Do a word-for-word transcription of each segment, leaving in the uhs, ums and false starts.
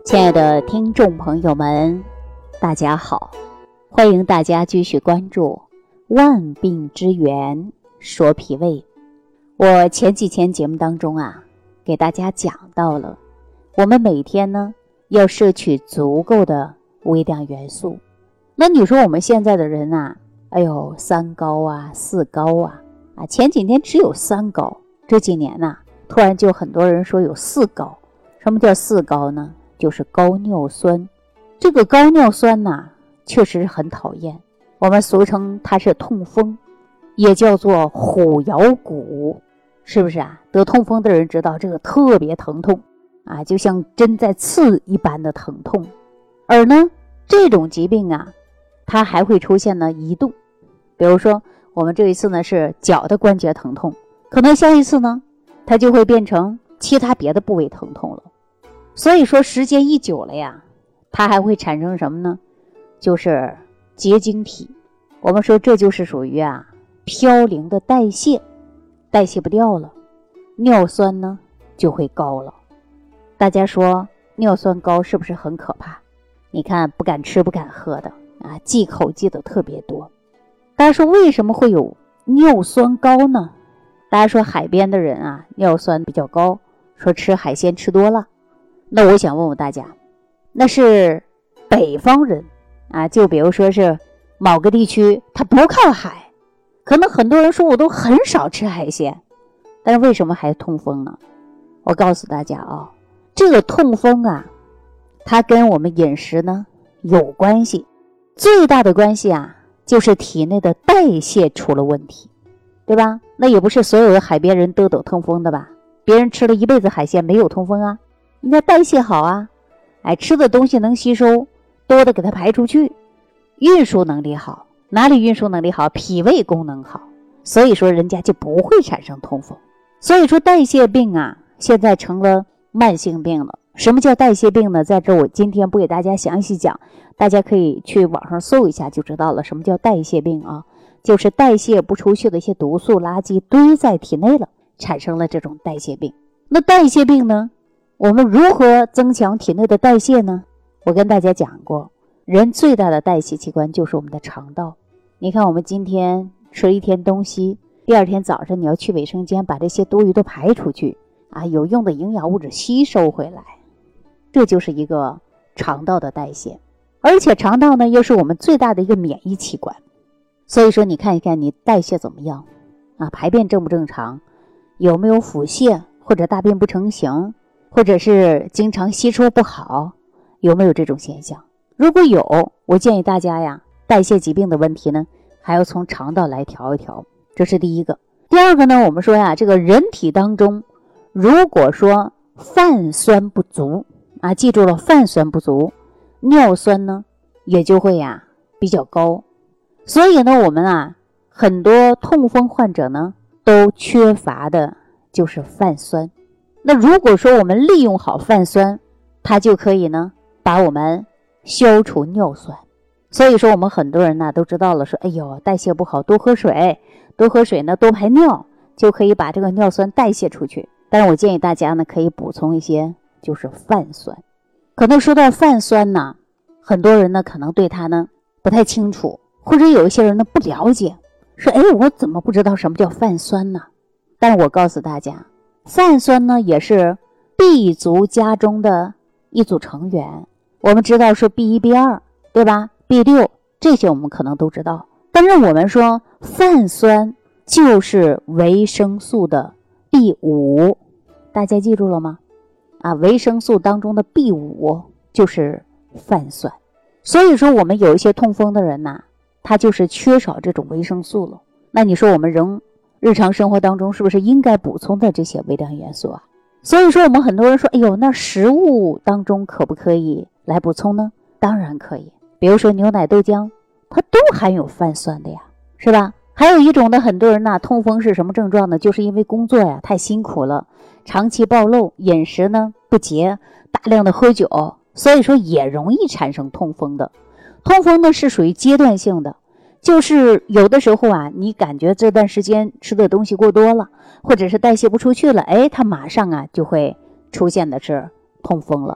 亲爱的听众朋友们，大家好，欢迎大家继续关注万病之源说脾胃。我前几天节目当中啊，给大家讲到了，我们每天呢要摄取足够的微量元素。那你说我们现在的人啊，哎呦，三高啊，四高啊，啊，前几年只有三高，这几年呐、啊，突然就很多人说有四高。什么叫四高呢？就是高尿酸。这个高尿酸呐、啊，确实很讨厌，我们俗称它是痛风，也叫做虎咬骨，是不是啊？得痛风的人知道这个特别疼痛啊，就像针在刺一般的疼痛。而呢，这种疾病啊，它还会出现呢一度，比如说我们这一次呢是脚的关节疼痛，可能下一次呢它就会变成其他别的部位疼痛了。所以说时间一久了呀，它还会产生什么呢？就是结晶体。我们说这就是属于啊飘零的代谢，代谢不掉了，尿酸呢就会高了。大家说尿酸高是不是很可怕？你看不敢吃不敢喝的啊，忌口忌的特别多。大家说为什么会有尿酸高呢？大家说海边的人啊尿酸比较高，说吃海鲜吃多了。那我想问问大家，那是北方人啊，就比如说是某个地区它不靠海，可能很多人说我都很少吃海鲜，但是为什么还痛风呢？我告诉大家啊，这个痛风啊，它跟我们饮食呢有关系，最大的关系啊就是体内的代谢出了问题，对吧？那也不是所有的海边人都得痛风的吧？别人吃了一辈子海鲜没有痛风啊，人家代谢好啊，哎，吃的东西能吸收，多的给它排出去，运输能力好。哪里运输能力好？脾胃功能好，所以说人家就不会产生痛风。所以说代谢病啊，现在成了慢性病了。什么叫代谢病呢？在这我今天不给大家详细讲，大家可以去网上搜一下就知道了。什么叫代谢病啊？就是代谢不出去的一些毒素垃圾堆在体内了，产生了这种代谢病。那代谢病呢，我们如何增强体内的代谢呢？我跟大家讲过，人最大的代谢器官就是我们的肠道。你看我们今天吃了一天东西，第二天早上你要去卫生间把这些多余的排出去啊，有用的营养物质吸收回来，这就是一个肠道的代谢。而且肠道呢又是我们最大的一个免疫器官，所以说你看一看你代谢怎么样啊，排便正不正常，有没有腹泻或者大便不成形，或者是经常吸收不好，有没有这种现象？如果有，我建议大家呀，代谢疾病的问题呢还要从肠道来调一调，这是第一个。第二个呢，我们说呀，这个人体当中如果说泛酸不足啊，记住了，泛酸不足，尿酸呢也就会呀比较高。所以呢，我们啊很多痛风患者呢都缺乏的就是泛酸。那如果说我们利用好泛酸，它就可以呢把我们消除尿酸。所以说我们很多人呢都知道了，说哎呦代谢不好，多喝水，多喝水呢多排尿，就可以把这个尿酸代谢出去。但是我建议大家呢可以补充一些就是泛酸。可能说到泛酸呢，很多人呢可能对它呢不太清楚，或者有一些人呢不了解，说哎我怎么不知道什么叫泛酸呢？但是我告诉大家，泛酸呢也是 B 族家中的一组成员。我们知道说 B 一 B 二 对吧， B 六 这些我们可能都知道，但是我们说泛酸就是维生素的 B 五， 大家记住了吗？啊，维生素当中的 B 五 就是泛酸。所以说我们有一些痛风的人呐、啊，他就是缺少这种维生素了。那你说我们人日常生活当中是不是应该补充的这些微量元素啊？所以说我们很多人说，哎呦，那食物当中可不可以来补充呢？当然可以，比如说牛奶豆浆，它都含有泛酸的呀，是吧？还有一种呢，很多人呢痛风是什么症状呢？就是因为工作呀太辛苦了，长期暴露，饮食呢不节，大量的喝酒，所以说也容易产生痛风的。痛风呢是属于阶段性的，就是有的时候啊，你感觉这段时间吃的东西过多了，或者是代谢不出去了，哎，它马上啊就会出现的是痛风了。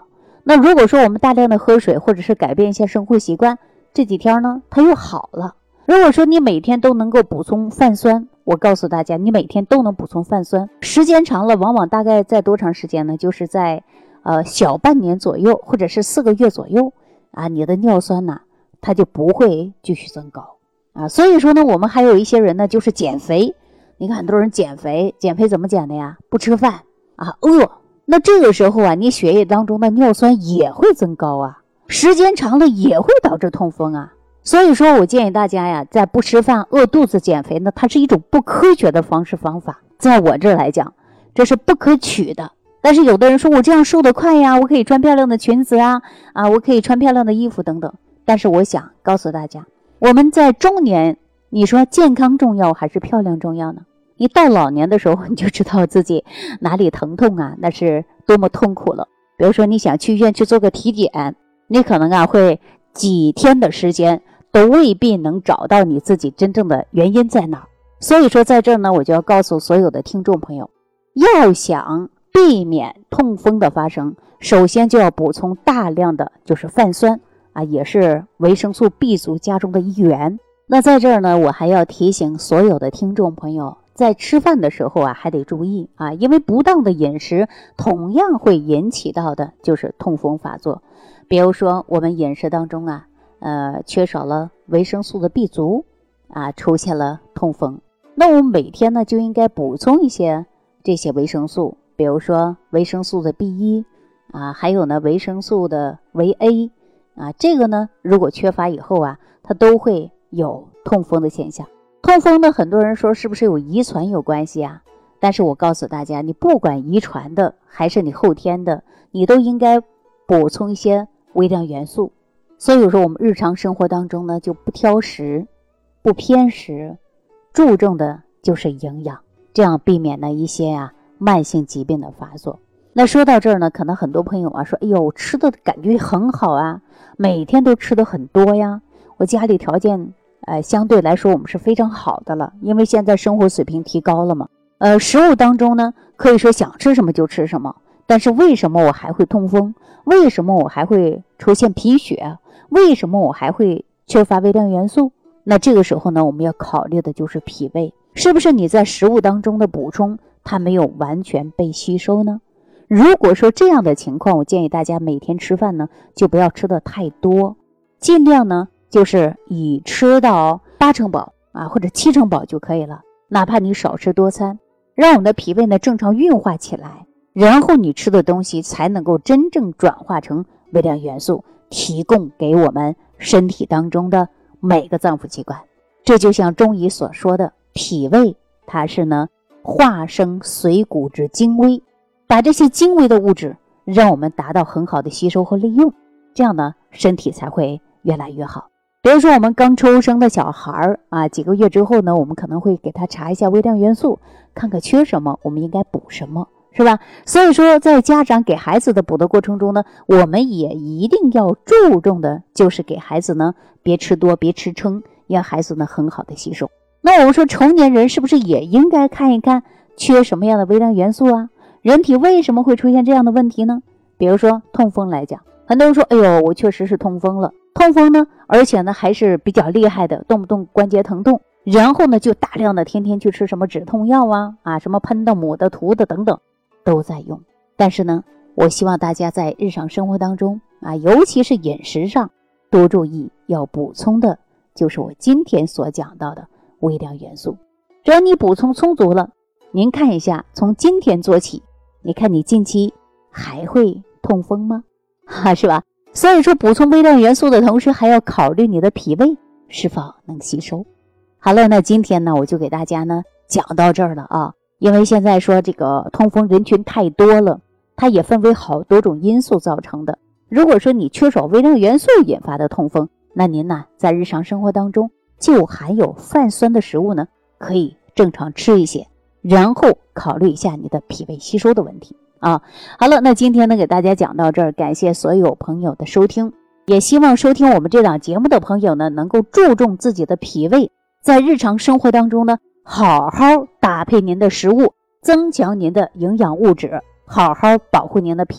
那如果说我们大量的喝水，或者是改变一些生活习惯，这几天呢它又好了。如果说你每天都能够补充泛酸，我告诉大家，你每天都能补充泛酸，时间长了，往往大概在多长时间呢？就是在呃小半年左右，或者是四个月左右啊，你的尿酸呢，它就不会继续增高啊。所以说呢，我们还有一些人呢，就是减肥。你看很多人减肥，减肥怎么减的呀？不吃饭啊，饿。那这个时候啊，你血液当中的尿酸也会增高啊，时间长了也会导致痛风啊。所以说我建议大家呀，在不吃饭饿肚子减肥呢，它是一种不科学的方式方法，在我这儿来讲，这是不可取的。但是有的人说我这样瘦得快呀，我可以穿漂亮的裙子啊，啊，我可以穿漂亮的衣服等等。但是我想告诉大家，我们在中年，你说健康重要还是漂亮重要呢？你到老年的时候，你就知道自己哪里疼痛啊，那是多么痛苦了。比如说你想去医院去做个体检，你可能啊会几天的时间都未必能找到你自己真正的原因在哪儿。所以说在这儿呢，我就要告诉所有的听众朋友，要想避免痛风的发生，首先就要补充大量的就是泛酸啊，也是维生素 B 族家中的一员。那在这儿呢，我还要提醒所有的听众朋友，在吃饭的时候啊，还得注意啊，因为不当的饮食同样会引起到的就是痛风发作。比如说我们饮食当中啊，呃，缺少了维生素的 B 族啊，出现了痛风。那我们每天呢就应该补充一些这些维生素，比如说维生素的 B 一 啊，还有呢维生素的维 A 啊，这个呢如果缺乏以后啊，它都会有痛风的现象。痛风呢，很多人说是不是有遗传有关系啊？但是我告诉大家，你不管遗传的还是你后天的，你都应该补充一些微量元素。所以说我们日常生活当中呢，就不挑食，不偏食，注重的就是营养，这样避免了一些啊慢性疾病的发作。那说到这儿呢，可能很多朋友啊说，哎呦，吃的感觉很好啊，每天都吃的很多呀，我家里条件呃，相对来说我们是非常好的了，因为现在生活水平提高了嘛。呃，食物当中呢，可以说想吃什么就吃什么，但是为什么我还会痛风？为什么我还会出现贫血？为什么我还会缺乏微量元素？那这个时候呢，我们要考虑的就是脾胃，是不是你在食物当中的补充，它没有完全被吸收呢？如果说这样的情况，我建议大家每天吃饭呢，就不要吃的太多，尽量呢就是以吃到八成饱啊，或者七成饱就可以了。哪怕你少吃多餐，让我们的脾胃呢正常运化起来，然后你吃的东西才能够真正转化成微量元素，提供给我们身体当中的每个脏腑器官。这就像中医所说的，脾胃它是呢化生水谷之精微，把这些精微的物质让我们达到很好的吸收和利用，这样呢身体才会越来越好。比如说我们刚出生的小孩啊，几个月之后呢，我们可能会给他查一下微量元素，看看缺什么，我们应该补什么，是吧？所以说在家长给孩子的补的过程中呢，我们也一定要注重的就是给孩子呢别吃多，别吃撑，让孩子呢很好的吸收。那我们说成年人是不是也应该看一看缺什么样的微量元素啊？人体为什么会出现这样的问题呢？比如说痛风来讲，很多人说，哎呦，我确实是痛风了。痛风呢，而且呢还是比较厉害的，动不动关节疼痛，然后呢就大量的天天去吃什么止痛药啊啊，什么喷的、抹的、涂的等等都在用。但是呢，我希望大家在日常生活当中啊，尤其是饮食上多注意，要补充的就是我今天所讲到的微量元素。只要你补充充足了，您看一下，从今天做起，你看你近期还会痛风吗？哈，是吧？所以说补充微量元素的同时，还要考虑你的脾胃是否能吸收。好了，那今天呢我就给大家呢讲到这儿了啊。因为现在说这个痛风人群太多了，它也分为好多种因素造成的。如果说你缺少微量元素引发的痛风，那您呢在日常生活当中就含有泛酸的食物呢可以正常吃一些，然后考虑一下你的脾胃吸收的问题啊。好了，那今天呢给大家讲到这儿，感谢所有朋友的收听，也希望收听我们这档节目的朋友呢能够注重自己的脾胃，在日常生活当中呢好好搭配您的食物，增强您的营养物质，好好保护您的脾胃，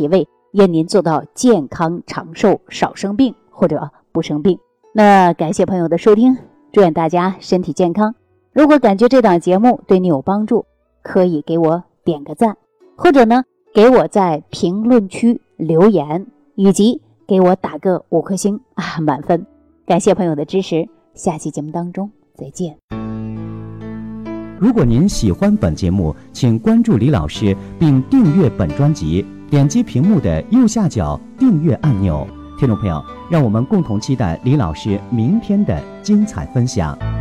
愿您做到健康长寿，少生病或者不生病。那感谢朋友的收听，祝愿大家身体健康。如果感觉这档节目对你有帮助，可以给我点个赞，或者呢给我在评论区留言，以及给我打个五颗星啊，满分。感谢朋友的支持，下期节目当中再见。 如果您喜欢本节目，请关注李老师并订阅本专辑，点击屏幕的右下角订阅按钮。听众朋友，让我们共同期待李老师明天的精彩分享。